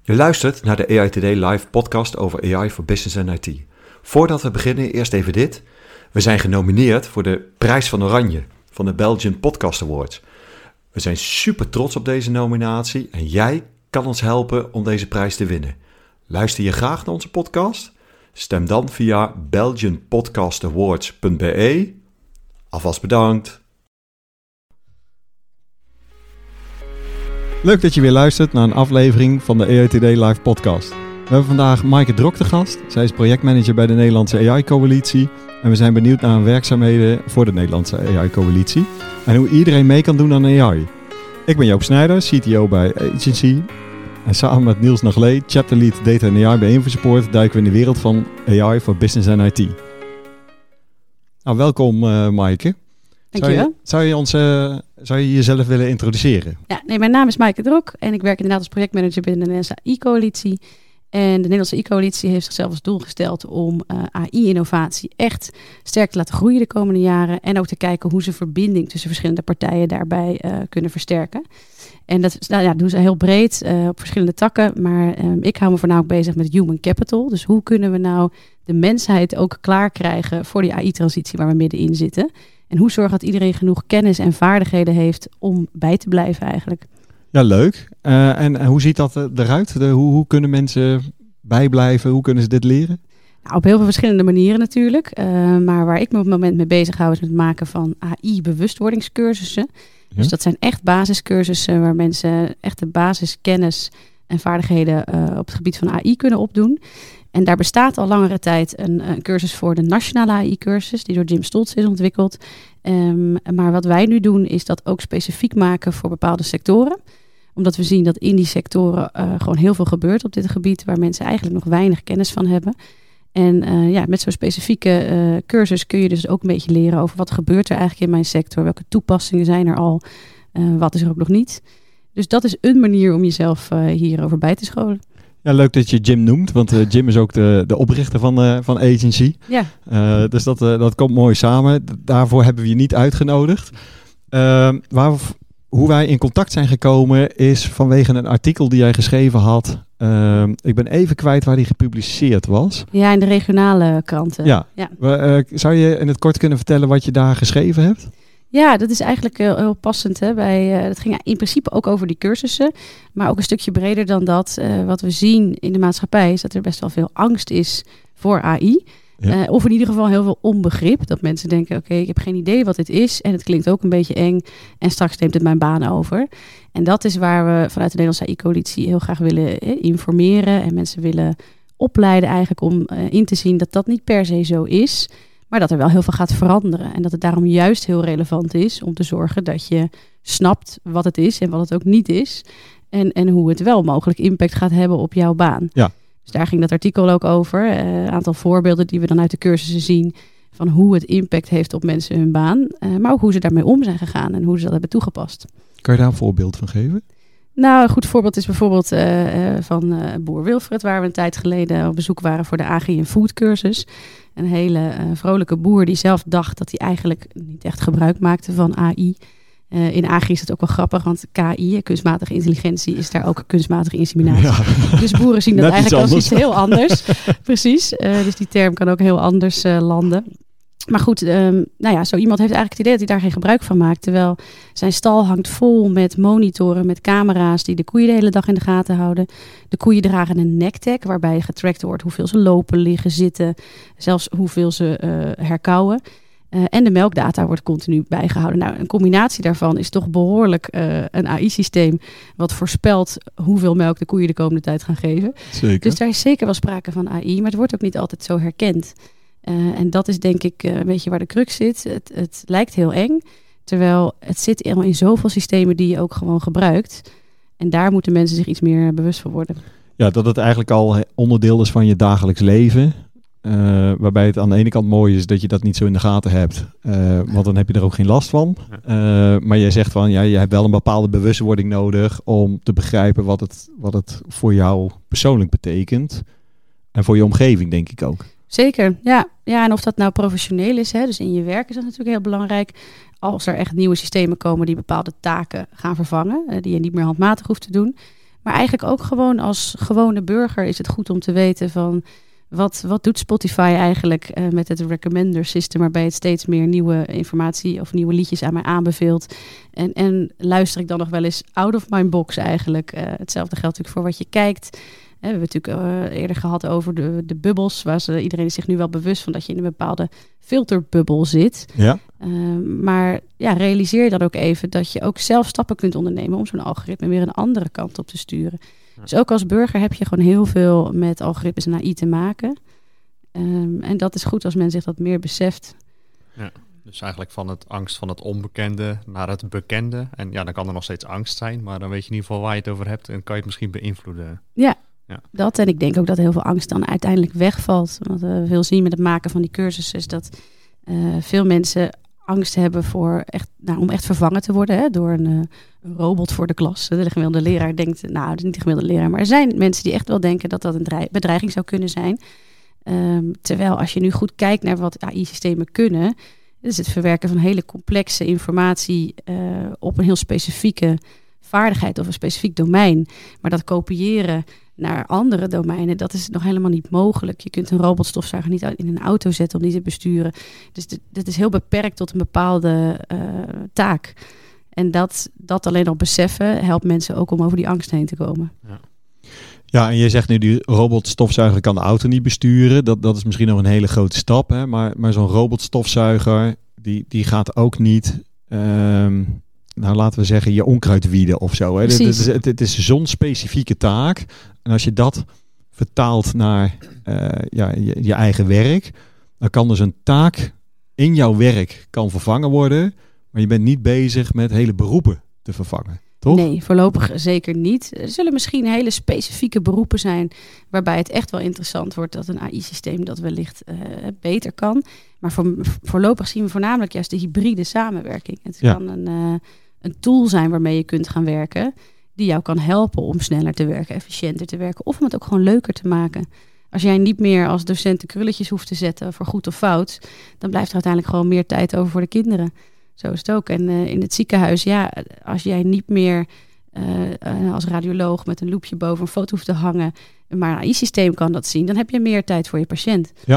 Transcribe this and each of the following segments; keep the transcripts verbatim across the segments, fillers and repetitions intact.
Je luistert naar de A I Today live podcast over A I voor Business en I T. Voordat we beginnen, eerst even dit. We zijn genomineerd voor de Prijs van Oranje van de Belgian Podcast Awards. We zijn super trots op deze nominatie en jij kan ons helpen om deze prijs te winnen. Luister je graag naar onze podcast? Stem dan via belgian podcast awards punt b e. Alvast bedankt. Leuk dat je weer luistert naar een aflevering van de A I Today live podcast. We hebben vandaag Maaike Drok te gast. Zij is projectmanager bij de Nederlandse A I-coalitie. En we zijn benieuwd naar haar werkzaamheden voor de Nederlandse A I-coalitie. En hoe iedereen mee kan doen aan A I. Ik ben Joop Snijder, C T O bij Agency. En samen met Niels Naglee, Chapter Lead Data en A I bij InfoSupport, duiken we in de wereld van A I voor Business en I T. Nou, welkom uh, Maaike. Dankjewel. Zou je, zou, je ons, uh, zou je jezelf willen introduceren? Ja, nee, mijn naam is Maaike Drok en ik werk inderdaad als projectmanager binnen de Nederlandse A I-coalitie. En de Nederlandse A I-coalitie heeft zichzelf als doel gesteld om uh, A I-innovatie echt sterk te laten groeien de komende jaren. En ook te kijken hoe ze verbinding tussen verschillende partijen daarbij uh, kunnen versterken. En dat nou ja, doen ze heel breed uh, op verschillende takken. Maar um, ik hou me voornamelijk bezig met human capital. Dus hoe kunnen we nou de mensheid ook klaar krijgen voor die A I-transitie waar we middenin zitten? En hoe zorgen dat iedereen genoeg kennis en vaardigheden heeft om bij te blijven eigenlijk? Ja, leuk. Uh, en, en hoe ziet dat eruit? De, hoe, hoe kunnen mensen bijblijven? Hoe kunnen ze dit leren? Nou, op heel veel verschillende manieren natuurlijk. Uh, maar waar ik me op het moment mee bezig hou is met het maken van A I-bewustwordingscursussen. Ja. Dus dat zijn echt basiscursussen waar mensen echt de basiskennis en vaardigheden uh, op het gebied van A I kunnen opdoen. En daar bestaat al langere tijd een, een cursus voor de nationale A I-cursus, die door Jim Stoltz is ontwikkeld. Um, maar wat wij nu doen, is dat ook specifiek maken voor bepaalde sectoren. Omdat we zien dat in die sectoren uh, gewoon heel veel gebeurt op dit gebied, waar mensen eigenlijk nog weinig kennis van hebben. En uh, ja, met zo'n specifieke uh, cursus kun je dus ook een beetje leren over wat gebeurt er eigenlijk in mijn sector, welke toepassingen zijn er al, uh, wat is er ook nog niet. Dus dat is een manier om jezelf uh, hierover bij te scholen. Ja, leuk dat je Jim noemt, want uh, Jim is ook de, de oprichter van, uh, van Agency. Ja. Uh, dus dat, uh, dat komt mooi samen. Daarvoor hebben we je niet uitgenodigd. Uh, waar, hoe wij in contact zijn gekomen is vanwege een artikel die jij geschreven had. Uh, ik ben even kwijt waar die gepubliceerd was. Ja, in de regionale kranten. Ja. ja. Uh, zou je in het kort kunnen vertellen wat je daar geschreven hebt? Ja, dat is eigenlijk heel, heel passend. Hè? Bij, uh, dat ging in principe ook over die cursussen. Maar ook een stukje breder dan dat. Uh, wat we zien in de maatschappij is dat er best wel veel angst is voor A I. Ja. Uh, of in ieder geval heel veel onbegrip. Dat mensen denken, oké, okay, ik heb geen idee wat dit is. En het klinkt ook een beetje eng. En straks neemt het mijn baan over. En dat is waar we vanuit de Nederlandse A I-coalitie heel graag willen eh, informeren. En mensen willen opleiden eigenlijk om uh, in te zien dat dat niet per se zo is. Maar dat er wel heel veel gaat veranderen. En dat het daarom juist heel relevant is om te zorgen dat je snapt wat het is en wat het ook niet is. En, en hoe het wel mogelijk impact gaat hebben op jouw baan. Ja. Dus daar ging dat artikel ook over. Een uh, aantal voorbeelden die we dan uit de cursussen zien. Van hoe het impact heeft op mensen hun baan. Uh, maar ook hoe ze daarmee om zijn gegaan en hoe ze dat hebben toegepast. Kan je daar een voorbeeld van geven? Nou, een goed voorbeeld is bijvoorbeeld uh, uh, van uh, Boer Wilfred, waar we een tijd geleden op bezoek waren voor de Agri- en Food cursus. Een hele uh, vrolijke boer die zelf dacht dat hij eigenlijk niet echt gebruik maakte van A I. Uh, in Agri is het ook wel grappig, want K I, kunstmatige intelligentie, is daar ook kunstmatige inseminatie. Ja. Dus boeren zien dat eigenlijk als iets heel anders. Precies, uh, dus die term kan ook heel anders uh, landen. Maar goed, um, nou ja, zo iemand heeft eigenlijk het idee dat hij daar geen gebruik van maakt. Terwijl zijn stal hangt vol met monitoren, met camera's die de koeien de hele dag in de gaten houden. De koeien dragen een necktag waarbij getrackt wordt hoeveel ze lopen, liggen, zitten. Zelfs hoeveel ze uh, herkauwen. Uh, en de melkdata wordt continu bijgehouden. Nou, een combinatie daarvan is toch behoorlijk uh, een A I-systeem wat voorspelt hoeveel melk de koeien de komende tijd gaan geven. Zeker. Dus daar is zeker wel sprake van A I, maar het wordt ook niet altijd zo herkend. Uh, en dat is denk ik uh, een beetje waar de crux zit. Het, het lijkt heel eng, terwijl het zit in zoveel systemen die je ook gewoon gebruikt. En daar moeten mensen zich iets meer bewust van worden. Ja, dat het eigenlijk al onderdeel is van je dagelijks leven. Uh, waarbij het aan de ene kant mooi is dat je dat niet zo in de gaten hebt. Uh, want dan heb je er ook geen last van. Uh, maar jij zegt van, ja, je hebt wel een bepaalde bewustwording nodig om te begrijpen wat het, wat het voor jou persoonlijk betekent. En voor je omgeving, denk ik ook. Zeker, ja. ja. En of dat nou professioneel is, hè, dus in je werk is dat natuurlijk heel belangrijk. Als er echt nieuwe systemen komen die bepaalde taken gaan vervangen, uh, die je niet meer handmatig hoeft te doen. Maar eigenlijk ook gewoon als gewone burger is het goed om te weten van wat, wat doet Spotify eigenlijk uh, met het recommender system, waarbij het steeds meer nieuwe informatie of nieuwe liedjes aan mij aanbeveelt. En, en luister ik dan nog wel eens out of my box eigenlijk. Uh, hetzelfde geldt natuurlijk voor wat je kijkt. We hebben het natuurlijk uh, eerder gehad over de, de bubbels, waar ze, iedereen is zich nu wel bewust van dat je in een bepaalde filterbubbel zit. Ja. Uh, maar ja, realiseer je dan ook even dat je ook zelf stappen kunt ondernemen om zo'n algoritme weer een andere kant op te sturen. Ja. Dus ook als burger heb je gewoon heel veel met algoritmes en A I te maken. Um, en dat is goed als men zich dat meer beseft. Ja. Dus eigenlijk van het angst van het onbekende naar het bekende. En ja, dan kan er nog steeds angst zijn, maar dan weet je in ieder geval waar je het over hebt en kan je het misschien beïnvloeden. Ja, ja. dat. En ik denk ook dat heel veel angst dan uiteindelijk wegvalt. Wat we veel zien met het maken van die cursussen is dat uh, veel mensen angst hebben voor echt, nou, om echt vervangen te worden hè, door een, uh, een robot voor de klas. De gemiddelde leraar denkt, nou, dat is niet de gemiddelde leraar, maar er zijn mensen die echt wel denken dat dat een bedreiging zou kunnen zijn. Um, terwijl als je nu goed kijkt naar wat A I-systemen kunnen, is het verwerken van hele complexe informatie uh, op een heel specifieke vaardigheid of een specifiek domein. Maar dat kopiëren naar andere domeinen, dat is nog helemaal niet mogelijk. Je kunt een robotstofzuiger niet in een auto zetten om die te besturen. Dus dit, dit is heel beperkt tot een bepaalde uh, taak. En dat, dat alleen al beseffen helpt mensen ook om over die angst heen te komen. Ja. Ja, en je zegt nu, die robotstofzuiger kan de auto niet besturen. Dat, dat is misschien nog een hele grote stap. Hè? Maar, maar zo'n robotstofzuiger, die, die gaat ook niet, um, nou laten we zeggen, je onkruid wieden of zo. Hè? Het, is, het, het is zo'n specifieke taak. En als je dat vertaalt naar uh, ja, je, je eigen werk, dan kan dus een taak in jouw werk kan vervangen worden. Maar je bent niet bezig met hele beroepen te vervangen. Toch? Nee, voorlopig zeker niet. Er zullen misschien hele specifieke beroepen zijn waarbij het echt wel interessant wordt dat een A I-systeem dat wellicht uh, beter kan. Maar voor, voorlopig zien we voornamelijk juist de hybride samenwerking. Het ja. kan een, uh, een tool zijn waarmee je kunt gaan werken die jou kan helpen om sneller te werken, efficiënter te werken of om het ook gewoon leuker te maken. Als jij niet meer als docent de krulletjes hoeft te zetten voor goed of fout, dan blijft er uiteindelijk gewoon meer tijd over voor de kinderen. Zo is het ook. En uh, in het ziekenhuis, ja, als jij niet meer uh, uh, als radioloog met een loepje boven een foto hoeft te hangen, maar een A I-systeem kan dat zien, dan heb je meer tijd voor je patiënt. Ja,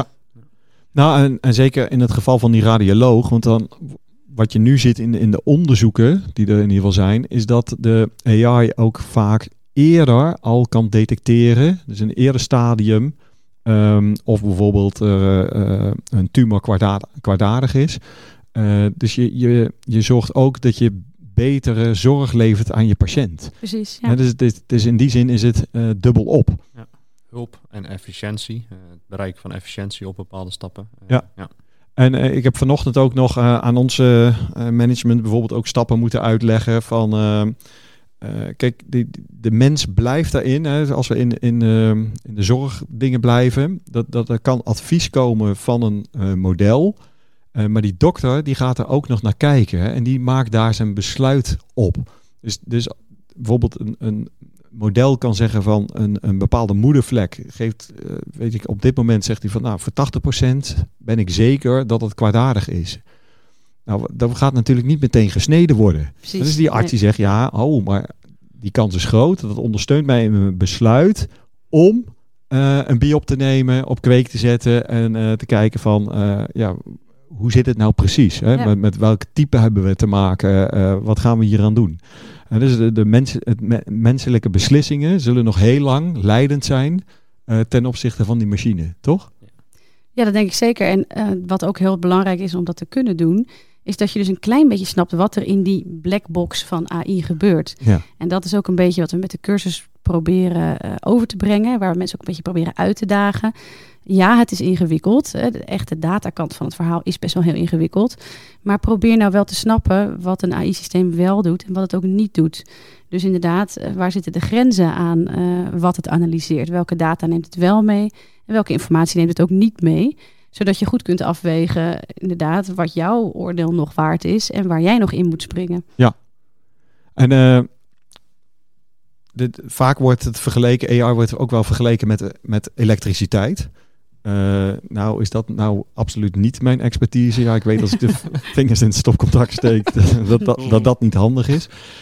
nou en, en zeker in het geval van die radioloog, want dan wat je nu ziet in de, in de onderzoeken die er in ieder geval zijn, is dat de A I ook vaak eerder al kan detecteren, dus in een eerder stadium, um, of bijvoorbeeld uh, uh, een tumor kwaadaardig, kwaadaardig is. Uh, dus je, je, je zorgt ook dat je betere zorg levert aan je patiënt. Precies, ja. ja dus, dus, dus in die zin is het uh, dubbel op. Ja. Hulp en efficiëntie. Uh, het bereiken van efficiëntie op bepaalde stappen. Uh, ja. ja. En uh, ik heb vanochtend ook nog uh, aan onze uh, management bijvoorbeeld ook stappen moeten uitleggen van... Uh, uh, kijk, de, de mens blijft daarin. Hè, als we in, in, uh, in de zorgdingen blijven. Dat, dat er kan advies komen van een uh, model... Uh, maar die dokter die gaat er ook nog naar kijken hè, en die maakt daar zijn besluit op. Dus, dus bijvoorbeeld een, een model kan zeggen van een, een bepaalde moedervlek. Geeft, uh, weet ik, op dit moment zegt hij van nou voor tachtig procent ben ik zeker dat het kwaadaardig is. Nou, dat gaat natuurlijk niet meteen gesneden worden. Precies, dus die arts nee. die zegt ja, oh, maar die kans is groot. Dat ondersteunt mij in mijn besluit om uh, een biop te nemen, op kweek te zetten en uh, te kijken van uh, ja. Hoe zit het nou precies? Hè? Ja. Met, met welk type hebben we te maken? Uh, wat gaan we hier aan doen? En dus de, de mens, het me, menselijke beslissingen zullen nog heel lang leidend zijn uh, ten opzichte van die machine, toch? Ja, dat denk ik zeker. En uh, wat ook heel belangrijk is om dat te kunnen doen, is dat je dus een klein beetje snapt wat er in die black box van A I gebeurt. Ja. En dat is ook een beetje wat we met de cursus proberen uh, over te brengen, waar we mensen ook een beetje proberen uit te dagen. Ja, het is ingewikkeld. De echte datakant van het verhaal is best wel heel ingewikkeld. Maar probeer nou wel te snappen wat een A I-systeem wel doet en wat het ook niet doet. Dus inderdaad, waar zitten de grenzen aan uh, wat het analyseert? Welke data neemt het wel mee en welke informatie neemt het ook niet mee? Zodat je goed kunt afwegen, inderdaad, wat jouw oordeel nog waard is en waar jij nog in moet springen. Ja, en uh, dit, vaak wordt het vergeleken, A I wordt ook wel vergeleken met, met elektriciteit. Uh, nou is dat nou absoluut niet mijn expertise. Ja, ik weet als ik de vingers in het stopcontact steek dat dat, dat dat niet handig is.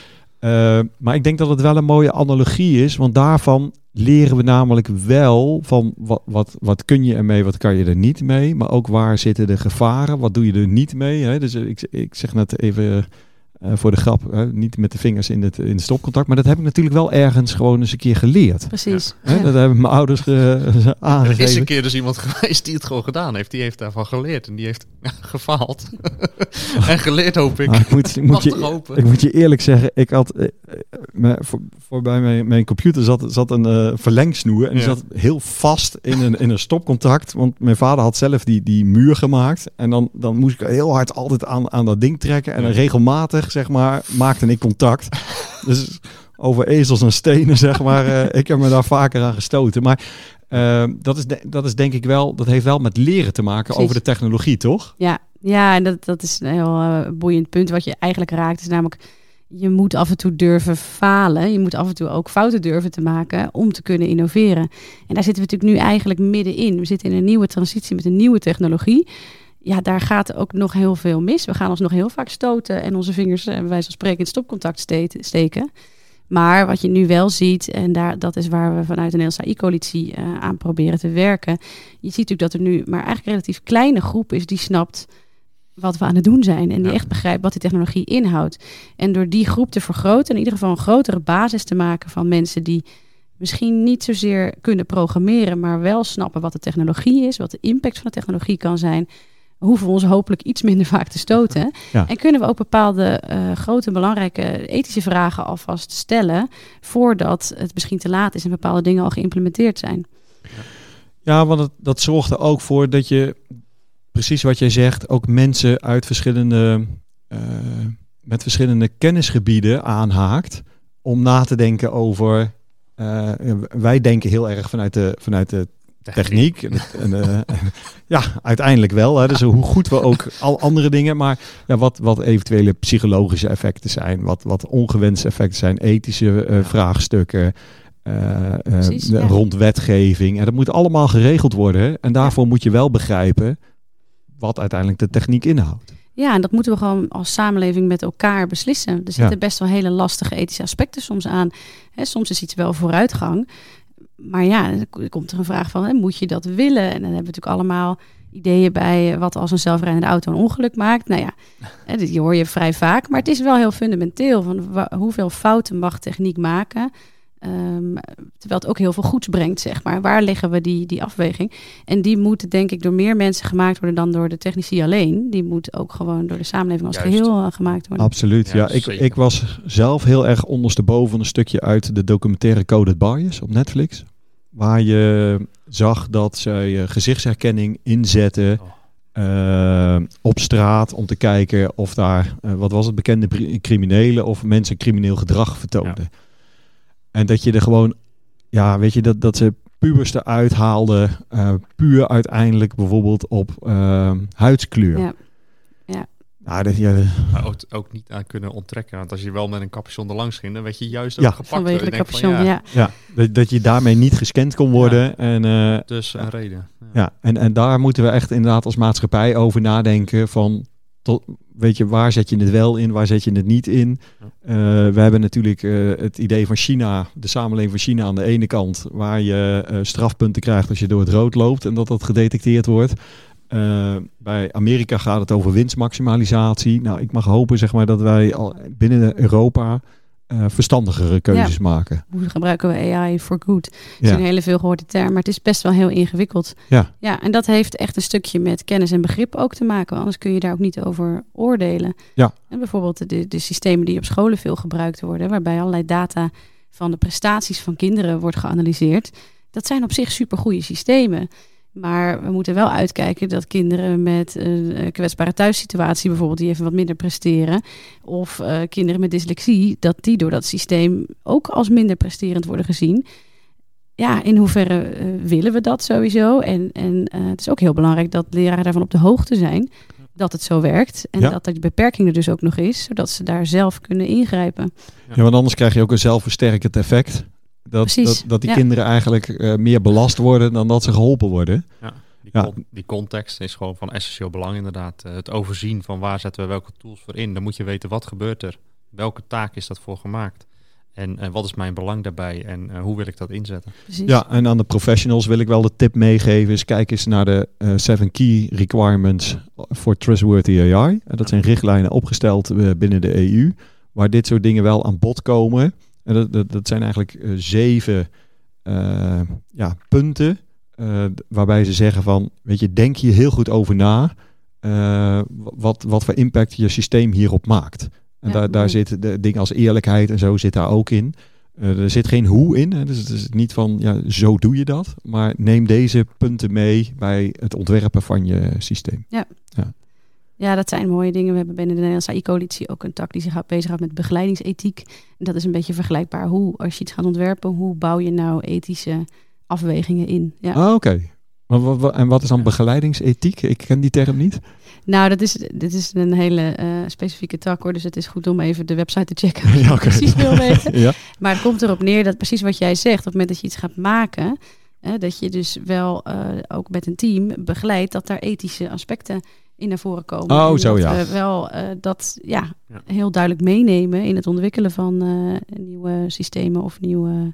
Uh, maar ik denk dat het wel een mooie analogie is, want daarvan leren we namelijk wel van wat, wat, wat kun je ermee, wat kan je er niet mee, maar ook waar zitten de gevaren, wat doe je er niet mee. Hè? Dus ik, ik zeg net even uh, voor de grap, hè? Niet met de vingers in het, in het stopcontact, maar dat heb ik natuurlijk wel ergens gewoon eens een keer geleerd. Precies. Hè? Ja. Dat hebben mijn ouders uh, aangegeven. Er is een keer dus iemand geweest die het gewoon gedaan heeft. Die heeft daarvan geleerd en die heeft gefaald. en geleerd, hoop ik. Ah, ik, moet, ik, moet je, hopen. ik moet je eerlijk zeggen, ik had uh, me, voor, voor bij mijn, mijn computer zat, zat een uh, verlengsnoer en die Ja. zat heel vast in een, in een stopcontact, want mijn vader had zelf die, die muur gemaakt en dan, dan moest ik heel hard altijd aan, aan dat ding trekken en dan regelmatig, zeg maar, maakte ik contact. Dus over ezels en stenen, zeg maar, uh, ik heb me daar vaker aan gestoten. Maar uh, dat, is de, dat is denk ik wel, dat heeft wel met leren te maken Precies. over de technologie, toch? Ja, ja en dat, dat is een heel uh, boeiend punt wat je eigenlijk raakt. Is namelijk, je moet af en toe durven falen. Je moet af en toe ook fouten durven te maken om te kunnen innoveren. En daar zitten we natuurlijk nu eigenlijk middenin. We zitten in een nieuwe transitie met een nieuwe technologie. Ja, daar gaat ook nog heel veel mis. We gaan ons nog heel vaak stoten en onze vingers, bij wijze van spreken, in het stopcontact steken. Maar wat je nu wel ziet, en daar, dat is waar we vanuit de Nederlandse A I-coalitie uh, aan proberen te werken. Je ziet natuurlijk dat er nu maar eigenlijk een relatief kleine groep is die snapt wat we aan het doen zijn. En die Ja. echt begrijpt wat die technologie inhoudt. En door die groep te vergroten, in ieder geval een grotere basis te maken van mensen die misschien niet zozeer kunnen programmeren, maar wel snappen wat de technologie is, wat de impact van de technologie kan zijn, hoeven we ons hopelijk iets minder vaak te stoten. Ja. En kunnen we ook bepaalde uh, grote, belangrijke ethische vragen alvast stellen voordat het misschien te laat is en bepaalde dingen al geïmplementeerd zijn. Ja, want het, dat zorgt er ook voor dat je, precies wat jij zegt, ook mensen uit verschillende, uh, met verschillende kennisgebieden aanhaakt om na te denken over, uh, wij denken heel erg vanuit de, vanuit de techniek. En, uh, ja, uiteindelijk wel. Hè. Dus hoe goed we ook al andere dingen, maar ja, wat, wat eventuele psychologische effecten zijn, wat, wat ongewenste effecten zijn, ethische uh, vraagstukken, uh, uh, Precies, ja. rond wetgeving. En dat moet allemaal geregeld worden. En daarvoor ja. moet je wel begrijpen wat uiteindelijk de techniek inhoudt. Ja, en dat moeten we gewoon als samenleving met elkaar beslissen. Er zitten Ja. best wel hele lastige ethische aspecten soms aan. Hè, soms is iets wel vooruitgang. Maar ja, er komt er een vraag van, hè, moet je dat willen? En dan hebben we natuurlijk allemaal ideeën bij wat als een zelfrijdende auto een ongeluk maakt. Nou ja, hè, die hoor je vrij vaak. Maar het is wel heel fundamenteel van wa- hoeveel fouten mag techniek maken. Um, terwijl het ook heel veel goeds brengt, zeg maar. Waar leggen we die, die afweging? En die moet, denk ik, door meer mensen gemaakt worden dan door de technici alleen. Die moet ook gewoon door de samenleving als Juist. geheel uh, gemaakt worden. Absoluut, ja. Ja, ik, zeker. ik was zelf heel erg ondersteboven een stukje uit de documentaire Coded Bias op Netflix. Waar je zag dat zij uh, gezichtsherkenning inzetten Oh. uh, op straat om te kijken of daar, uh, wat was het, bekende pri- criminelen of mensen crimineel gedrag vertoonden. Ja. En dat je er gewoon, ja, weet je, dat, dat ze pubers eruit haalden, uh, puur uiteindelijk bijvoorbeeld op uh, huidskleur. Ja. Ja. Nou, dat, ja, Maar ook, ook niet aan kunnen onttrekken. Want als je wel met een capuchon er langs ging, dan werd je juist Ja. ook gepakt. Vanwege de Je denkt van, capuchon, ja. ja, dat, dat je daarmee niet gescand kon worden. Ja. En, uh, Dus een reden. Ja. ja, en, en daar moeten we echt inderdaad als maatschappij over nadenken van, tot, weet je, waar zet je het wel in, waar zet je het niet in? Uh, we hebben natuurlijk uh, het idee van China, de samenleving van China aan de ene kant, waar je uh, strafpunten krijgt als je door het rood loopt en dat dat gedetecteerd wordt. Uh, bij Amerika gaat het over winstmaximalisatie. Nou, ik mag hopen, zeg maar, dat wij al binnen Europa uh, verstandigere keuzes Ja. maken. Hoe gebruiken we A I for good? Het is Ja. een hele veel gehoorde term, maar het is best wel heel ingewikkeld. Ja. Ja, en dat heeft echt een stukje met kennis en begrip ook te maken. Want anders kun je daar ook niet over oordelen. Ja. En bijvoorbeeld de, de systemen die op scholen veel gebruikt worden, waarbij allerlei data van de prestaties van kinderen wordt geanalyseerd. Dat zijn op zich supergoeie systemen. Maar we moeten wel uitkijken dat kinderen met een kwetsbare thuissituatie bijvoorbeeld, die even wat minder presteren, of uh, kinderen met dyslexie, dat die door dat systeem ook als minder presterend worden gezien. Ja, in hoeverre uh, willen we dat sowieso? En, en uh, het is ook heel belangrijk dat leraren daarvan op de hoogte zijn dat het zo werkt. En Ja. dat die beperking er dus ook nog is, zodat ze daar zelf kunnen ingrijpen. Ja, want anders krijg je ook een zelfversterkend effect. Dat, Precies, dat, dat die ja. kinderen eigenlijk uh, meer belast worden dan dat ze geholpen worden. Ja, die, Ja. con- die context is gewoon van essentieel belang inderdaad. Uh, het overzien van waar zetten we welke tools voor in. Dan moet je weten wat gebeurt er welke taak is dat voor gemaakt? En, en wat is mijn belang daarbij en uh, hoe wil ik dat inzetten? Precies. Ja, en aan de professionals wil ik wel de tip meegeven. Is kijk eens naar de uh, seven key requirements for trustworthy A I. En dat zijn richtlijnen opgesteld uh, binnen de E U. Waar dit soort dingen wel aan bod komen. En dat, dat, dat zijn eigenlijk uh, zeven uh, ja, punten. Uh, waarbij ze zeggen van, weet je, denk hier heel goed over na. Uh, wat, wat voor impact je systeem hierop maakt. En Ja, daar, daar zitten de dingen als eerlijkheid en zo zit daar ook in. Uh, er zit geen hoe in. Hè. Dus het is niet van, ja, zo doe je dat. Maar neem deze punten mee bij het ontwerpen van je systeem. Ja. Ja. Ja, dat zijn mooie dingen. We hebben binnen de Nederlandse A I-coalitie ook een tak die zich bezighoudt met begeleidingsethiek. En dat is een beetje vergelijkbaar. Hoe, als je iets gaat ontwerpen, hoe bouw je nou ethische afwegingen in? Ja. Ah, oké. Okay. En wat is dan begeleidingsethiek? Ik ken die term niet. Nou, dat is, dit is een hele uh, specifieke tak hoor. Dus het is goed om even de website te checken. Als je ja, okay. precies wil weten. Ja. Maar het komt erop neer dat precies wat jij zegt. Op het moment dat je iets gaat maken. Hè, dat je dus wel uh, ook met een team begeleidt dat daar ethische aspecten in naar voren komen. Oh, en zo dat ja. we wel uh, dat ja, Ja. heel duidelijk meenemen in het ontwikkelen van uh, nieuwe systemen of nieuwe...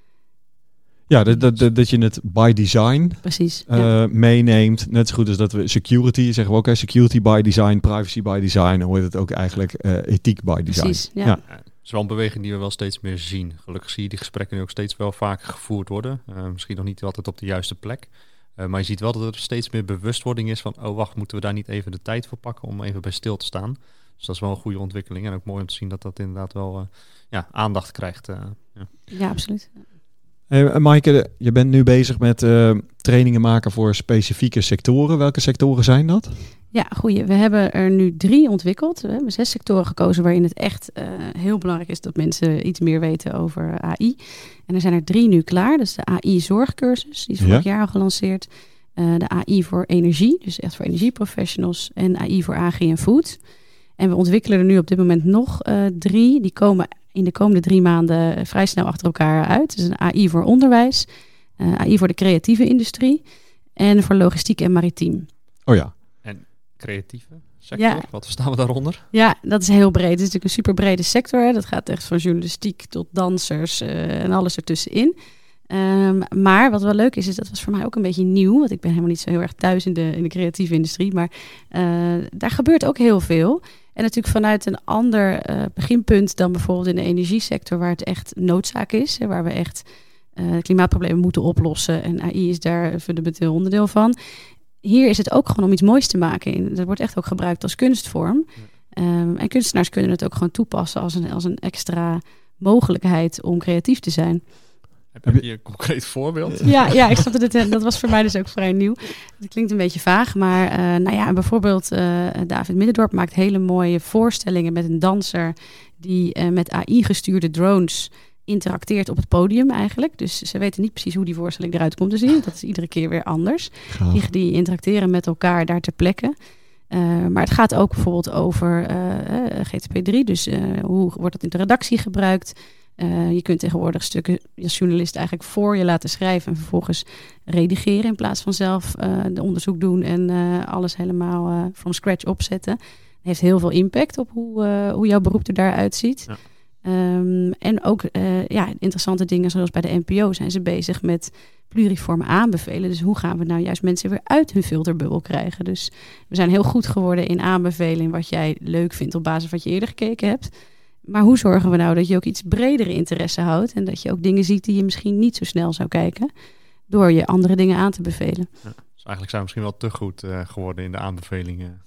Ja, dat, dat, dat je het by design Precies. uh, Ja. meeneemt. Net zo goed als dat we security, zeggen we ook, hè, security by design, privacy by design. Dan hoort het ook eigenlijk uh, ethiek by design. Precies, ja. Ja. Ja, het is wel een beweging die we wel steeds meer zien. Gelukkig zie je die gesprekken nu ook steeds wel vaker gevoerd worden. Uh, misschien nog niet altijd op de juiste plek. Uh, maar je ziet wel dat er steeds meer bewustwording is van, oh wacht, moeten we daar niet even de tijd voor pakken om even bij stil te staan. Dus dat is wel een goede ontwikkeling. En ook mooi om te zien dat dat inderdaad wel uh, ja, aandacht krijgt. Uh, ja. Ja, absoluut. Hey, Maaike, je bent nu bezig met uh, trainingen maken voor specifieke sectoren. Welke sectoren zijn dat? Ja, goeie. We hebben er nu drie ontwikkeld. We hebben zes sectoren gekozen waarin het echt uh, heel belangrijk is dat mensen iets meer weten over A I. En er zijn er drie nu klaar. Dus de A I-zorgcursus, die is vorig ja. jaar al gelanceerd. Uh, de A I voor energie, dus echt voor energieprofessionals. En A I voor agri en food. En we ontwikkelen er nu op dit moment nog uh, drie. Die komen in de komende drie maanden vrij snel achter elkaar uit. Dus een A I voor onderwijs, uh, A I voor de creatieve industrie en voor logistiek en maritiem. Oh ja. En creatieve sector, ja. Wat verstaan we daaronder? Ja, dat is heel breed. Het is natuurlijk een super brede sector. Hè. Dat gaat echt van journalistiek tot dansers uh, en alles ertussenin. Um, maar wat wel leuk is, is dat was voor mij ook een beetje nieuw. Want ik ben helemaal niet zo heel erg thuis in de, in de creatieve industrie. Maar uh, daar gebeurt ook heel veel. En natuurlijk vanuit een ander uh, beginpunt dan bijvoorbeeld in de energiesector, waar het echt noodzaak is. Hè, waar we echt uh, klimaatproblemen moeten oplossen. En A I is daar een fundamenteel onderdeel van. Hier is het ook gewoon om iets moois te maken. Dat wordt echt ook gebruikt als kunstvorm. Ja. Um, en kunstenaars kunnen het ook gewoon toepassen als een, als een extra mogelijkheid om creatief te zijn. Heb je een concreet voorbeeld? Ja, ja, ik snapte het. Dat was voor mij dus ook vrij nieuw. Het klinkt een beetje vaag, maar uh, nou ja, bijvoorbeeld uh, David Middendorp maakt hele mooie voorstellingen met een danser die uh, met A I-gestuurde drones interacteert op het podium eigenlijk. Dus ze weten niet precies hoe die voorstelling eruit komt te zien. Dat is iedere keer weer anders. Die, die interacteren met elkaar daar ter plekke. Uh, maar het gaat ook bijvoorbeeld over uh, G T P drie. Dus uh, hoe wordt dat in de redactie gebruikt? Uh, je kunt tegenwoordig stukken als journalist eigenlijk voor je laten schrijven en vervolgens redigeren in plaats van zelf uh, de onderzoek doen en uh, alles helemaal uh, from scratch opzetten. Het heeft heel veel impact op hoe, uh, hoe jouw beroep er daaruit ziet. Ja. Um, en ook uh, ja, interessante dingen zoals bij de N P O zijn ze bezig met pluriforme aanbevelen. Dus hoe gaan we nou juist mensen weer uit hun filterbubbel krijgen? Dus we zijn heel goed geworden in aanbevelen in wat jij leuk vindt op basis van wat je eerder gekeken hebt. Maar hoe zorgen we nou dat je ook iets bredere interesse houdt en dat je ook dingen ziet die je misschien niet zo snel zou kijken door je andere dingen aan te bevelen? Ja, dus eigenlijk zijn we misschien wel te goed uh, geworden in de aanbevelingen.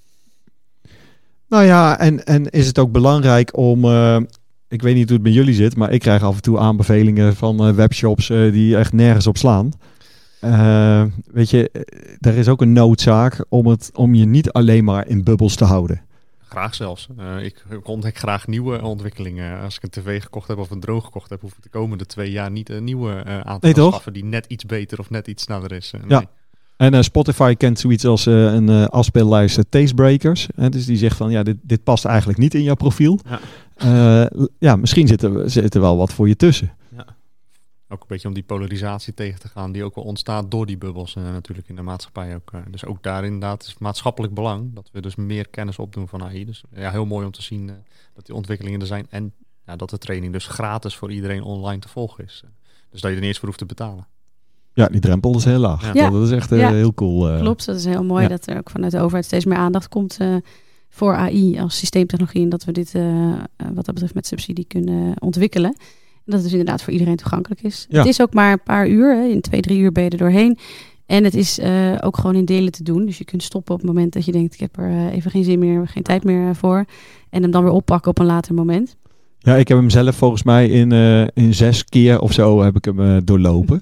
Nou ja, en, en is het ook belangrijk om, uh, ik weet niet hoe het bij jullie zit, maar ik krijg af en toe aanbevelingen van uh, webshops uh, die echt nergens op slaan. Uh, weet je, er is ook een noodzaak om, het, om je niet alleen maar in bubbels te houden. Graag zelfs. Uh, ik, ik ontdek graag nieuwe ontwikkelingen. Als ik een tv gekocht heb of een drone gekocht heb, hoef ik de komende twee jaar niet een nieuwe uh, aan te nee, schaffen die net iets beter of net iets sneller is. Uh, nee. Ja. En uh, Spotify kent zoiets als uh, een uh, afspeellijst uh, Tastebreakers. Hè? Dus die zegt van, ja, dit, dit past eigenlijk niet in jouw profiel. Ja, uh, ja misschien zit er, zit er wel wat voor je tussen. Ja. ook een beetje om die polarisatie tegen te gaan die ook wel ontstaat door die bubbels uh, natuurlijk in de maatschappij ook. Uh, dus ook daar inderdaad is maatschappelijk belang dat we dus meer kennis opdoen van A I. Dus ja, heel mooi om te zien uh, dat die ontwikkelingen er zijn en ja, dat de training dus gratis voor iedereen online te volgen is. Uh, dus dat je er niet eens voor hoeft te betalen. Ja, die drempel is heel laag. Ja. Dat is echt uh, ja. heel cool. Uh. Klopt, dat is heel mooi ja. dat er ook vanuit de overheid steeds meer aandacht komt uh, voor A I als systeemtechnologie. En dat we dit uh, uh, wat dat betreft met subsidie kunnen ontwikkelen. En dat het dus inderdaad voor iedereen toegankelijk is. Ja. Het is ook maar een paar uur, hè. In twee, drie uur ben je er doorheen. En het is uh, ook gewoon in delen te doen. Dus je kunt stoppen op het moment dat je denkt, ik heb er uh, even geen zin meer, geen tijd meer uh, voor. En hem dan weer oppakken op een later moment. Ja, ik heb hem zelf volgens mij in, uh, in zes keer of zo heb ik hem uh, doorlopen.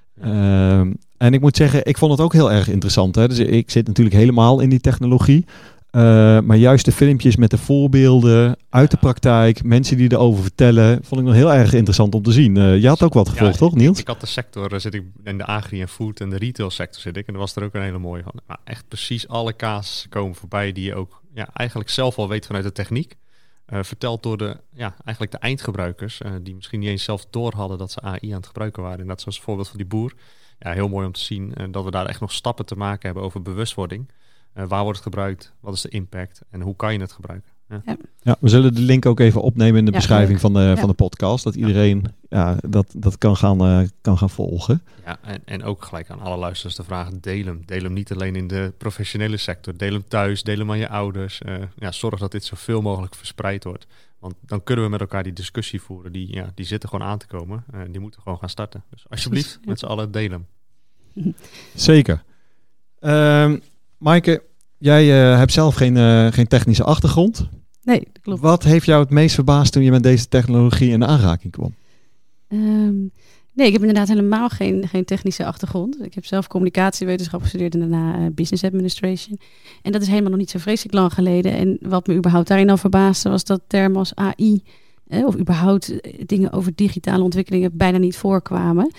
Uh, en ik moet zeggen, ik vond het ook heel erg interessant. Hè? Dus ik zit natuurlijk helemaal in die technologie. Uh, maar juist de filmpjes met de voorbeelden uit de praktijk, mensen die erover vertellen, vond ik nog heel erg interessant om te zien. Uh, je had ook wat gevolgd, ja, toch Niels? Ik, ik had de sector, uh, zit ik in de agri en food en de retail sector zit ik. En er was er ook een hele mooie van. Nou, echt precies alle cases komen voorbij die je ook ja, eigenlijk zelf al weet vanuit de techniek. Uh, verteld door de, ja, eigenlijk de eindgebruikers, uh, die misschien niet eens zelf door hadden dat ze A I aan het gebruiken waren. En dat zoals het voorbeeld van die boer. Ja, heel mooi om te zien uh, dat we daar echt nog stappen te maken hebben over bewustwording. Uh, waar wordt het gebruikt? Wat is de impact? En hoe kan je het gebruiken? Ja, ja. ja we zullen de link ook even opnemen in de ja, beschrijving van de, ja. van de podcast. Dat iedereen ja, dat, dat kan, gaan, uh, kan gaan volgen. Ja, en, en ook gelijk aan alle luisteraars de vraag, deel hem. Deel hem niet alleen in de professionele sector. Deel hem thuis, deel hem aan je ouders. Uh, ja, zorg dat dit zoveel mogelijk verspreid wordt. Want dan kunnen we met elkaar die discussie voeren. Die, ja, die zitten gewoon aan te komen. Uh, die moeten gewoon gaan starten. Dus alsjeblieft, met z'n allen deel hem. Zeker. Uh, Maaike, jij uh, hebt zelf geen, uh, geen technische achtergrond. Nee, dat klopt. Wat heeft jou het meest verbaasd toen je met deze technologie in de aanraking kwam? Um, nee, ik heb inderdaad helemaal geen, geen technische achtergrond. Ik heb zelf communicatiewetenschap gestudeerd en daarna uh, business administration. En dat is helemaal nog niet zo vreselijk lang geleden. En wat me überhaupt daarin al verbaasde was dat termen als A I... Eh, of überhaupt dingen over digitale ontwikkelingen bijna niet voorkwamen.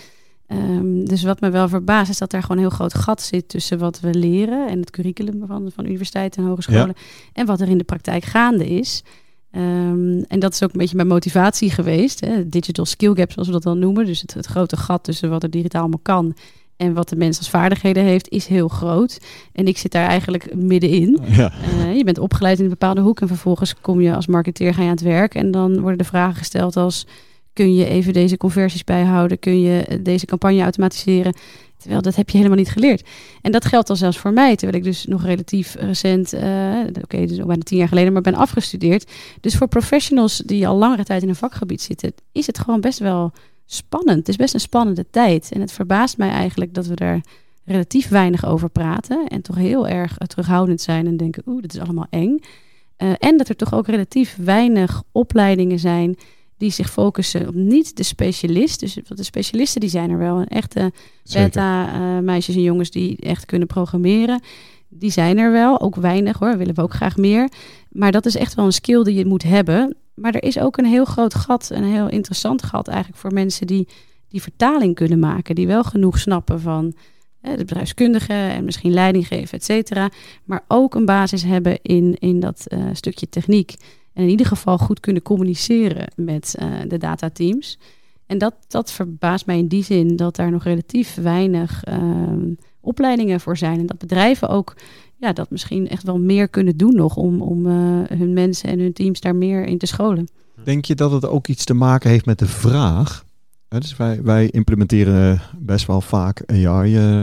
Um, dus wat me wel verbaast is dat er gewoon een heel groot gat zit tussen wat we leren en het curriculum van, van universiteiten en hogescholen ja. en wat er in de praktijk gaande is. Um, en dat is ook een beetje mijn motivatie geweest. Hè? Digital skill gap, zoals we dat dan noemen. Dus het, het grote gat tussen wat er digitaal allemaal kan en wat de mens als vaardigheden heeft, is heel groot. En ik zit daar eigenlijk middenin. Ja. Uh, je bent opgeleid in een bepaalde hoek en vervolgens kom je als marketeer ga je aan het werk. En dan worden de vragen gesteld als, kun je even deze conversies bijhouden? Kun je deze campagne automatiseren? Terwijl dat heb je helemaal niet geleerd. En dat geldt al zelfs voor mij, terwijl ik dus nog relatief recent, uh, oké, okay, dus bijna tien jaar geleden, maar ben afgestudeerd. Dus voor professionals die al langere tijd in een vakgebied zitten, is het gewoon best wel spannend. Het is best een spannende tijd. En het verbaast mij eigenlijk dat we daar relatief weinig over praten en toch heel erg terughoudend zijn en denken, oeh, dit is allemaal eng. Uh, en dat er toch ook relatief weinig opleidingen zijn die zich focussen op niet de specialist. Dus de specialisten die zijn er wel. Echte beta-meisjes uh, en jongens die echt kunnen programmeren. Die zijn er wel. Ook weinig hoor, willen we ook graag meer. Maar dat is echt wel een skill die je moet hebben. Maar er is ook een heel groot gat, een heel interessant gat eigenlijk voor mensen die die vertaling kunnen maken. Die wel genoeg snappen van eh, de bedrijfskundige en misschien leiding geven, et cetera. Maar ook een basis hebben in, in dat uh, stukje techniek. En in ieder geval goed kunnen communiceren met uh, de datateams. En dat, dat verbaast mij in die zin dat daar nog relatief weinig uh, opleidingen voor zijn. En dat bedrijven ook ja, dat misschien echt wel meer kunnen doen nog om, om uh, hun mensen en hun teams daar meer in te scholen. Denk je dat het ook iets te maken heeft met de vraag? Uh, dus wij, wij implementeren best wel vaak A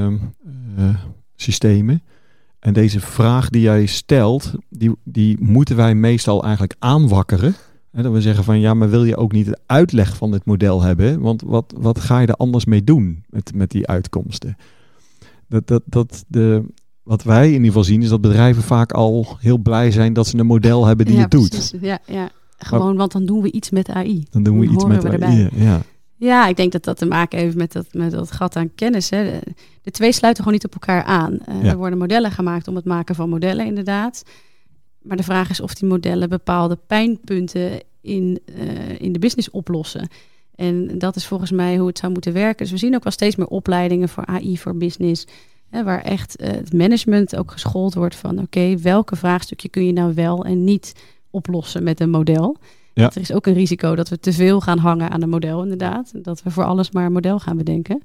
I-systemen. Uh, uh, En deze vraag die jij stelt, die, die moeten wij meestal eigenlijk aanwakkeren. En dat we zeggen van ja, maar wil je ook niet de uitleg van dit model hebben? Want wat, wat ga je er anders mee doen met, met die uitkomsten? Dat, dat, dat de, wat wij in ieder geval zien is dat bedrijven vaak al heel blij zijn dat ze een model hebben die ja, het doet. Precies. Ja, ja, gewoon maar, want dan doen we iets met A I. Dan doen we dan iets met we A I, ja. Ja, ik denk dat dat te maken heeft met dat, met dat gat aan kennis. Hè. De, de twee sluiten gewoon niet op elkaar aan. Uh, ja. Er worden modellen gemaakt om het maken van modellen, inderdaad. Maar de vraag is of die modellen bepaalde pijnpunten in, uh, in de business oplossen. En dat is volgens mij hoe het zou moeten werken. Dus we zien ook wel steeds meer opleidingen voor A I voor business. Hè, waar echt uh, het management ook geschoold wordt van oké, okay, welke vraagstukken kun je nou wel en niet oplossen met een model? Ja. Er is ook een risico dat we te veel gaan hangen aan een model inderdaad. Dat we voor alles maar een model gaan bedenken.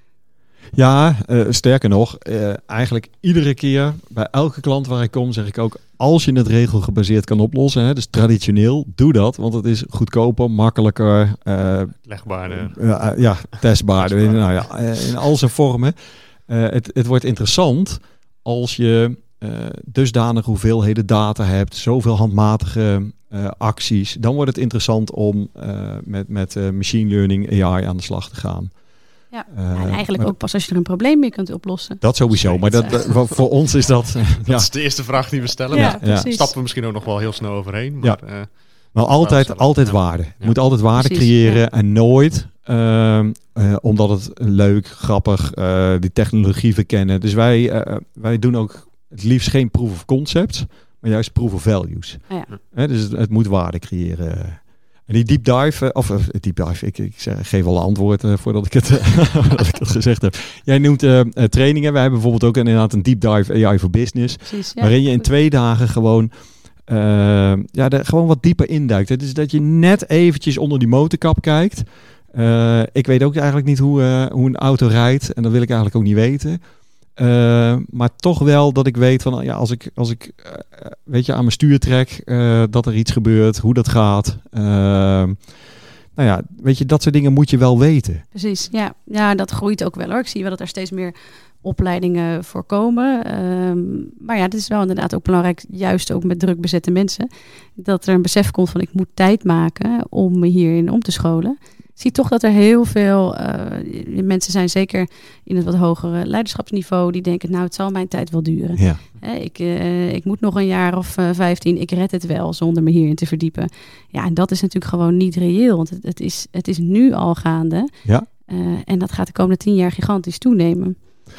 Ja, uh, sterker nog, uh, eigenlijk iedere keer bij elke klant waar ik kom zeg ik ook, als je het regelgebaseerd kan oplossen, hè, dus traditioneel, doe dat, want het is goedkoper, makkelijker, uh, legbaarder, uh, uh, ja, testbaarder, in, nou ja, uh, in al zijn vormen. Uh, het, het wordt interessant als je uh, dusdanig hoeveelheden data hebt, zoveel handmatige uh, acties, dan wordt het interessant om uh, met, met uh, machine learning A I aan de slag te gaan. Ja, Uh, en eigenlijk maar, ook pas als je er een probleem mee kunt oplossen. Dat sowieso, maar dat, dat, voor ons is dat... dat ja. is de eerste vraag die we stellen. Ja, Ja, precies. stappen we misschien ook nog wel heel snel overheen. Maar, Ja. uh, Maar altijd, stellen. altijd Ja. waarde. Je Ja. moet altijd waarde Precies, creëren ja. en nooit uh, uh, omdat het leuk, grappig, uh, die technologie verkennen. Dus wij, uh, wij doen ook het liefst geen proof of concepts, maar juist proof of values. Ah, ja. Hè, dus het, het moet waarde creëren. En die deep dive, uh, of uh, deep dive, ik, ik zeg, geef al een antwoord uh, voordat ik het, voordat ik het gezegd heb. Jij noemt uh, uh, trainingen. Wij hebben bijvoorbeeld ook inderdaad een deep dive A I voor business. Precies, ja. Waarin je in twee dagen gewoon, uh, ja, de, gewoon wat dieper induikt. Het is dat je net eventjes onder die motorkap kijkt. Uh, ik weet ook eigenlijk niet hoe, uh, hoe een auto rijdt. En dat wil ik eigenlijk ook niet weten. Uh, maar toch wel dat ik weet van, ja, als ik, als ik uh, weet je, aan mijn stuur trek, uh, dat er iets gebeurt, hoe dat gaat. Uh, nou ja, weet je, dat soort dingen moet je wel weten. Precies, ja. Ja, dat groeit ook wel hoor. Ik zie wel dat er steeds meer opleidingen voor komen. Um, maar ja, het is wel inderdaad ook belangrijk, juist ook met druk bezette mensen, dat er een besef komt van ik moet tijd maken om me hierin om te scholen. Ik zie toch dat er heel veel uh, mensen zijn, zeker in het wat hogere leiderschapsniveau, die denken, nou, het zal mijn tijd wel duren. Ja. Hè, ik, uh, ik moet nog een jaar of uh, vijftien, ik red het wel zonder me hierin te verdiepen. Ja, en dat is natuurlijk gewoon niet reëel, want het, het, is, het is nu al gaande. Ja. Uh, en dat gaat de komende tien jaar gigantisch toenemen.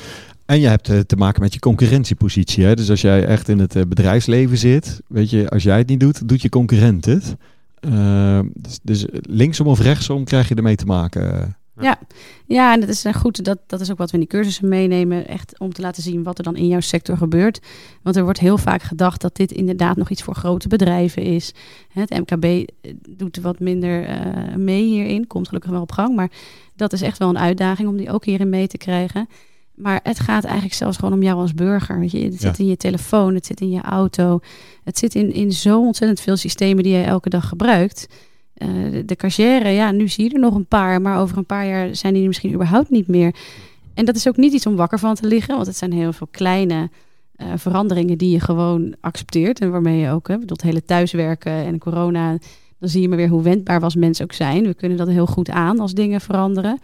En je hebt uh, te maken met je concurrentiepositie. Hè? Dus als jij echt in het uh, bedrijfsleven zit, weet je, als jij het niet doet, doet je concurrent het. Uh, dus, dus linksom of rechtsom krijg je ermee te maken. Ja, ja, en dat is uh, goed. Dat, dat is ook wat we in die cursussen meenemen. Echt om te laten zien wat er dan in jouw sector gebeurt. Want er wordt heel vaak gedacht dat dit inderdaad nog iets voor grote bedrijven is. Het M K B doet wat minder uh, mee hierin. Komt gelukkig wel op gang. Maar dat is echt wel een uitdaging om die ook hierin mee te krijgen. Maar het gaat eigenlijk zelfs gewoon om jou als burger. Weet je? Het zit ja. in je telefoon, het zit in je auto. Het zit in, in zo ontzettend veel systemen die je elke dag gebruikt. Uh, de, de cashier, ja, nu zie je er nog een paar. Maar over een paar jaar zijn die er misschien überhaupt niet meer. En dat is ook niet iets om wakker van te liggen. Want het zijn heel veel kleine uh, veranderingen die je gewoon accepteert. En waarmee je ook, hè, bedoel, het hele thuiswerken en corona. Dan zie je maar weer hoe wendbaar we als mensen ook zijn. We kunnen dat heel goed aan als dingen veranderen.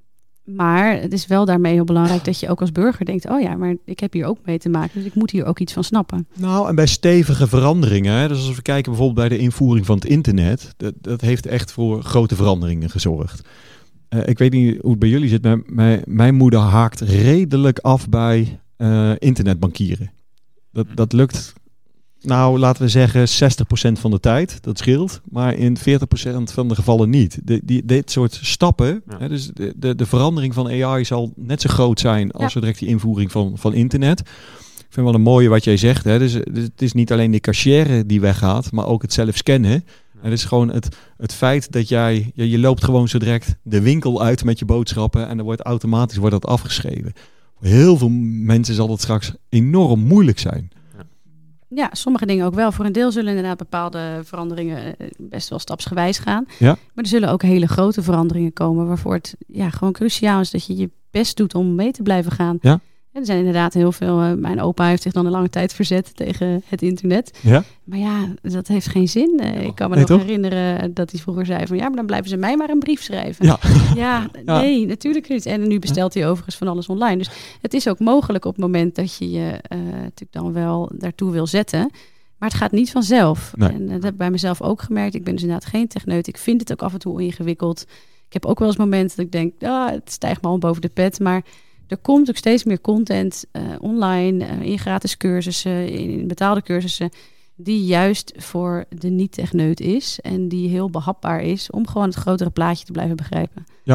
Maar het is wel daarmee heel belangrijk dat je ook als burger denkt, oh ja, maar ik heb hier ook mee te maken, dus ik moet hier ook iets van snappen. Nou, en bij stevige veranderingen, hè, dus als we kijken bijvoorbeeld bij de invoering van het internet, dat, dat heeft echt voor grote veranderingen gezorgd. Uh, ik weet niet hoe het bij jullie zit, maar mijn, mijn moeder haakt redelijk af bij uh, internetbankieren. Dat, dat lukt, nou laten we zeggen, zestig procent van de tijd, dat scheelt, maar in veertig procent van de gevallen niet. De, die, dit soort stappen, ja. hè, dus de, de, de verandering van A I zal net zo groot zijn als ja. zo direct die invoering van, van internet. Ik vind wel een mooie wat jij zegt. Hè. Dus, dus het is niet alleen de cashier die weggaat, maar ook het zelf scannen. Ja. Het is gewoon het, het feit dat jij, je, je loopt gewoon zo direct de winkel uit met je boodschappen en er wordt automatisch wordt dat afgeschreven. Voor heel veel mensen zal dat straks enorm moeilijk zijn. Ja, sommige dingen ook wel. Voor een deel zullen inderdaad bepaalde veranderingen best wel stapsgewijs gaan. Ja. Maar er zullen ook hele grote veranderingen komen waarvoor het ja, gewoon cruciaal is dat je je best doet om mee te blijven gaan. Ja. En er zijn inderdaad heel veel... Uh, mijn opa heeft zich dan een lange tijd verzet tegen het internet. Ja. Maar ja, dat heeft geen zin. Uh, ik kan me nee, nog toch? herinneren dat hij vroeger zei van... ja, maar dan blijven ze mij maar een brief schrijven. Ja, ja, ja. nee, natuurlijk niet. En nu bestelt hij overigens van alles online. Dus het is ook mogelijk op het moment dat je je uh, natuurlijk dan wel daartoe wil zetten... Maar het gaat niet vanzelf. Nee. En uh, dat heb ik bij mezelf ook gemerkt. Ik ben dus inderdaad geen techneut. Ik vind het ook af en toe ingewikkeld. Ik heb ook wel eens momenten dat ik denk... Ah, het stijgt me al boven de pet. Maar er komt ook steeds meer content uh, online... Uh, in gratis cursussen, in betaalde cursussen... die juist voor de niet-techneut is... en die heel behapbaar is... om gewoon het grotere plaatje te blijven begrijpen. Ja.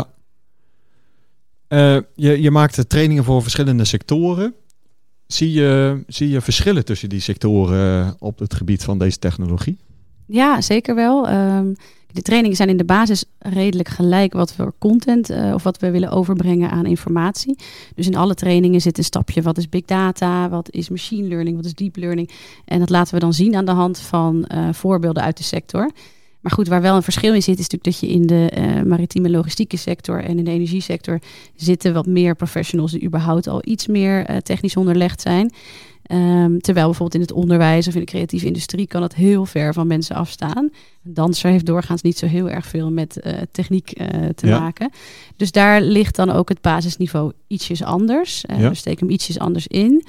Uh, je, je maakt trainingen voor verschillende sectoren... Zie je, zie je verschillen tussen die sectoren op het gebied van deze technologie? Ja, zeker wel. Um, de trainingen zijn in de basis redelijk gelijk wat voor content uh, of wat we willen overbrengen aan informatie. Dus in alle trainingen zit een stapje wat is big data, wat is machine learning, wat is deep learning. En dat laten we dan zien aan de hand van uh, voorbeelden uit de sector. Maar goed, waar wel een verschil in zit, is natuurlijk dat je in de uh, maritieme logistieke sector en in de energiesector zitten wat meer professionals die überhaupt al iets meer uh, technisch onderlegd zijn. Um, terwijl bijvoorbeeld in het onderwijs of in de creatieve industrie kan het heel ver van mensen afstaan. Een danser heeft doorgaans niet zo heel erg veel met uh, techniek uh, te ja. maken. Dus daar ligt dan ook het basisniveau ietsjes anders. Uh, ja. We steken hem ietsjes anders in.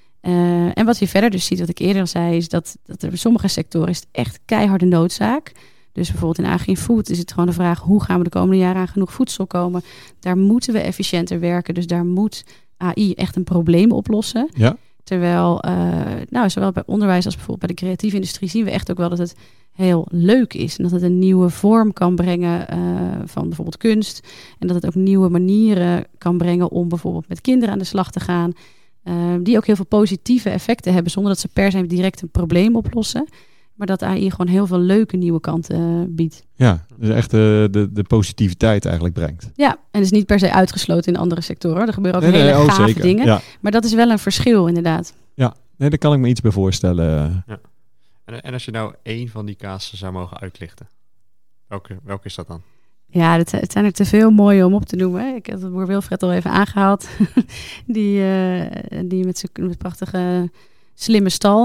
Uh, en wat je verder dus ziet, wat ik eerder al zei, is dat, dat er in sommige sectoren is het echt keiharde noodzaak. Dus bijvoorbeeld in agri-food is het gewoon de vraag, hoe gaan we de komende jaren aan genoeg voedsel komen? Daar moeten we efficiënter werken. Dus daar moet A I echt een probleem oplossen. Ja. Terwijl, uh, nou, zowel bij onderwijs als bijvoorbeeld bij de creatieve industrie zien we echt ook wel dat het heel leuk is. En dat het een nieuwe vorm kan brengen uh, van bijvoorbeeld kunst. En dat het ook nieuwe manieren kan brengen om bijvoorbeeld met kinderen aan de slag te gaan. Uh, die ook heel veel positieve effecten hebben, zonder dat ze per se direct een probleem oplossen. Maar dat A I gewoon heel veel leuke nieuwe kanten uh, biedt. Ja, dus echt de, de, de positiviteit eigenlijk brengt. Ja, en is niet per se uitgesloten in andere sectoren. Er gebeuren ook nee, hele nee, gave oh, zeker. dingen. Ja. Maar dat is wel een verschil inderdaad. Ja, nee, daar kan ik me iets bij voorstellen. Ja. En, en als je nou één van die casussen zou mogen uitlichten, welke, welke is dat dan? Ja, het, het zijn er te veel mooie om op te noemen. Ik heb het boer Wilfred al even aangehaald. die, uh, die met zijn prachtige slimme stal.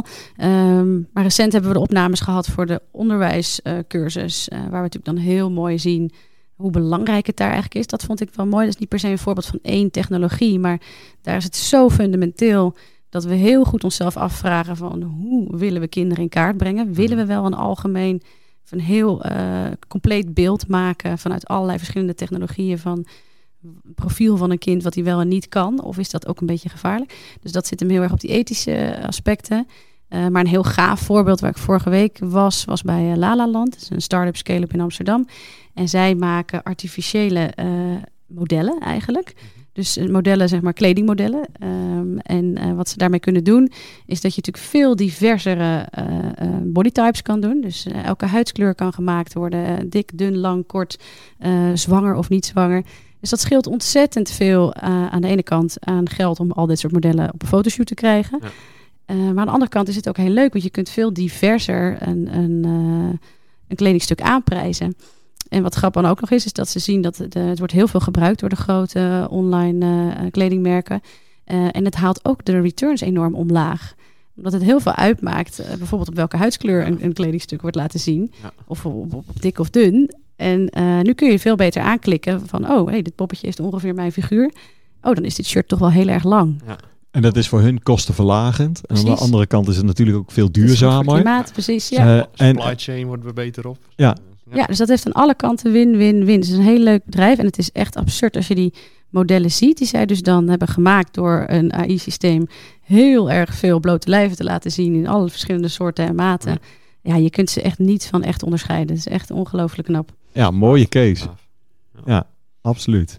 Um, maar recent hebben we de opnames gehad voor de onderwijscursus. Uh, uh, waar we natuurlijk dan heel mooi zien hoe belangrijk het daar eigenlijk is. Dat vond ik wel mooi. Dat is niet per se een voorbeeld van één technologie. Maar daar is het zo fundamenteel dat we heel goed onszelf afvragen van hoe willen we kinderen in kaart brengen? Willen we wel een algemeen, een heel uh, compleet beeld maken vanuit allerlei verschillende technologieën van profiel van een kind wat hij wel en niet kan? Of is dat ook een beetje gevaarlijk? Dus dat zit hem heel erg op die ethische aspecten. Uh, maar een heel gaaf voorbeeld waar ik vorige week was, was bij uh, Lalaland. Dat is een start-up scale-up in Amsterdam. En zij maken artificiële uh, modellen eigenlijk. Dus uh, modellen, zeg maar kledingmodellen. Um, en uh, wat ze daarmee kunnen doen, is dat je natuurlijk veel diversere uh, uh, bodytypes kan doen. Dus uh, elke huidskleur kan gemaakt worden. Uh, dik, dun, lang, kort, uh, zwanger of niet zwanger. Dus dat scheelt ontzettend veel uh, aan de ene kant aan geld om al dit soort modellen op een fotoshoot te krijgen. Ja. Uh, maar aan de andere kant is het ook heel leuk, want je kunt veel diverser een, een, uh, een kledingstuk aanprijzen. En wat grappig dan ook nog is, is dat ze zien dat de, het wordt heel veel gebruikt door de grote online uh, kledingmerken. Uh, en het haalt ook de returns enorm omlaag. Omdat het heel veel uitmaakt, uh, bijvoorbeeld op welke huidskleur een, een kledingstuk wordt laten zien. Ja. Of op, op, op dik of dun. En uh, nu kun je veel beter aanklikken van, oh, hey, dit poppetje is ongeveer mijn figuur. Oh, dan is dit shirt toch wel heel erg lang. Ja. En dat is voor hun kostenverlagend. En precies. Aan de andere kant is het natuurlijk ook veel duurzamer. Voor klimaat, precies. Ja. Uh, en supply chain worden we beter op. Ja. Ja. ja, dus dat heeft aan alle kanten win-win-win. Het is een heel leuk bedrijf en het is echt absurd als je die modellen ziet die zij dus dan hebben gemaakt door een A I-systeem heel erg veel blote lijven te laten zien in alle verschillende soorten en maten. Ja. Ja, je kunt ze echt niet van echt onderscheiden. Het is echt ongelooflijk knap. Ja, mooie case. Ja, ja absoluut.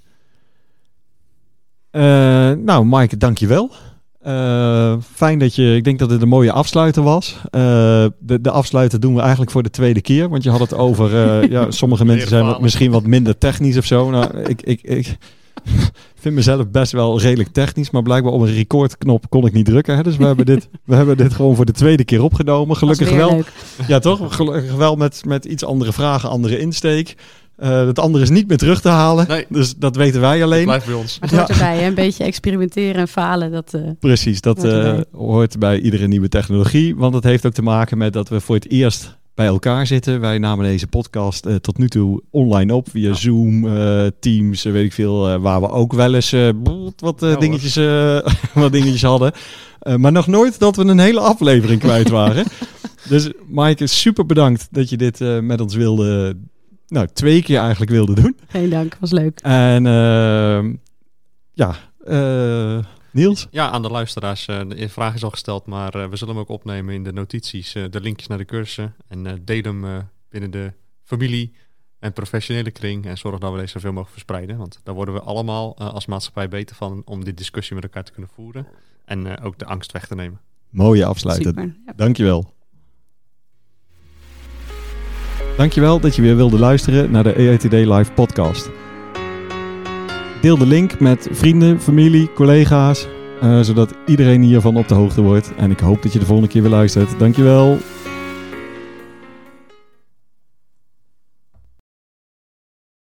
Uh, nou, Maaike, dankjewel. Uh, fijn dat je, ik denk dat het een mooie afsluiter was. Uh, de, de afsluiter doen we eigenlijk voor de tweede keer. Want je had het over, uh, ja, sommige mensen zijn wat, misschien wat minder technisch of zo. Nou, ik, ik, ik vind mezelf best wel redelijk technisch. Maar blijkbaar op een recordknop kon ik niet drukken. Hè? Dus we hebben, dit, we hebben dit gewoon voor de tweede keer opgenomen. Gelukkig wel. Leuk. Ja, toch? Gelukkig wel met, met iets andere vragen, andere insteek. Uh, het andere is niet meer terug te halen. Nee. Dus dat weten wij alleen. Het blijft bij ons. Maar het hoort erbij, hè? Een beetje experimenteren en falen. Dat, uh, Precies, dat hoort, uh, hoort bij iedere nieuwe technologie. Want het heeft ook te maken met dat we voor het eerst bij elkaar zitten. Wij namen deze podcast uh, tot nu toe online op. Via ja. Zoom, uh, Teams, uh, weet ik veel. Uh, waar we ook wel eens uh, wat, uh, ja, dingetjes, uh, wat dingetjes hadden. Uh, maar nog nooit dat we een hele aflevering kwijt waren. Dus Maaike, super bedankt dat je dit uh, met ons wilde... Nou, twee keer eigenlijk wilde doen. Geen dank, was leuk. En uh, ja, uh, Niels? Ja, aan de luisteraars. Uh, de vraag is al gesteld, maar uh, we zullen hem ook opnemen in de notities. Uh, de linkjes naar de cursussen. En uh, deel hem uh, binnen de familie en professionele kring. En zorg dat we deze zoveel mogelijk verspreiden. Want daar worden we allemaal uh, als maatschappij beter van om die discussie met elkaar te kunnen voeren. En uh, ook de angst weg te nemen. Mooie afsluiter. Super, ja. Dankjewel. Dankjewel dat je weer wilde luisteren naar de E I T D Live podcast. Deel de link met vrienden, familie, collega's, uh, zodat iedereen hiervan op de hoogte wordt. En ik hoop dat je de volgende keer weer luistert. Dankjewel.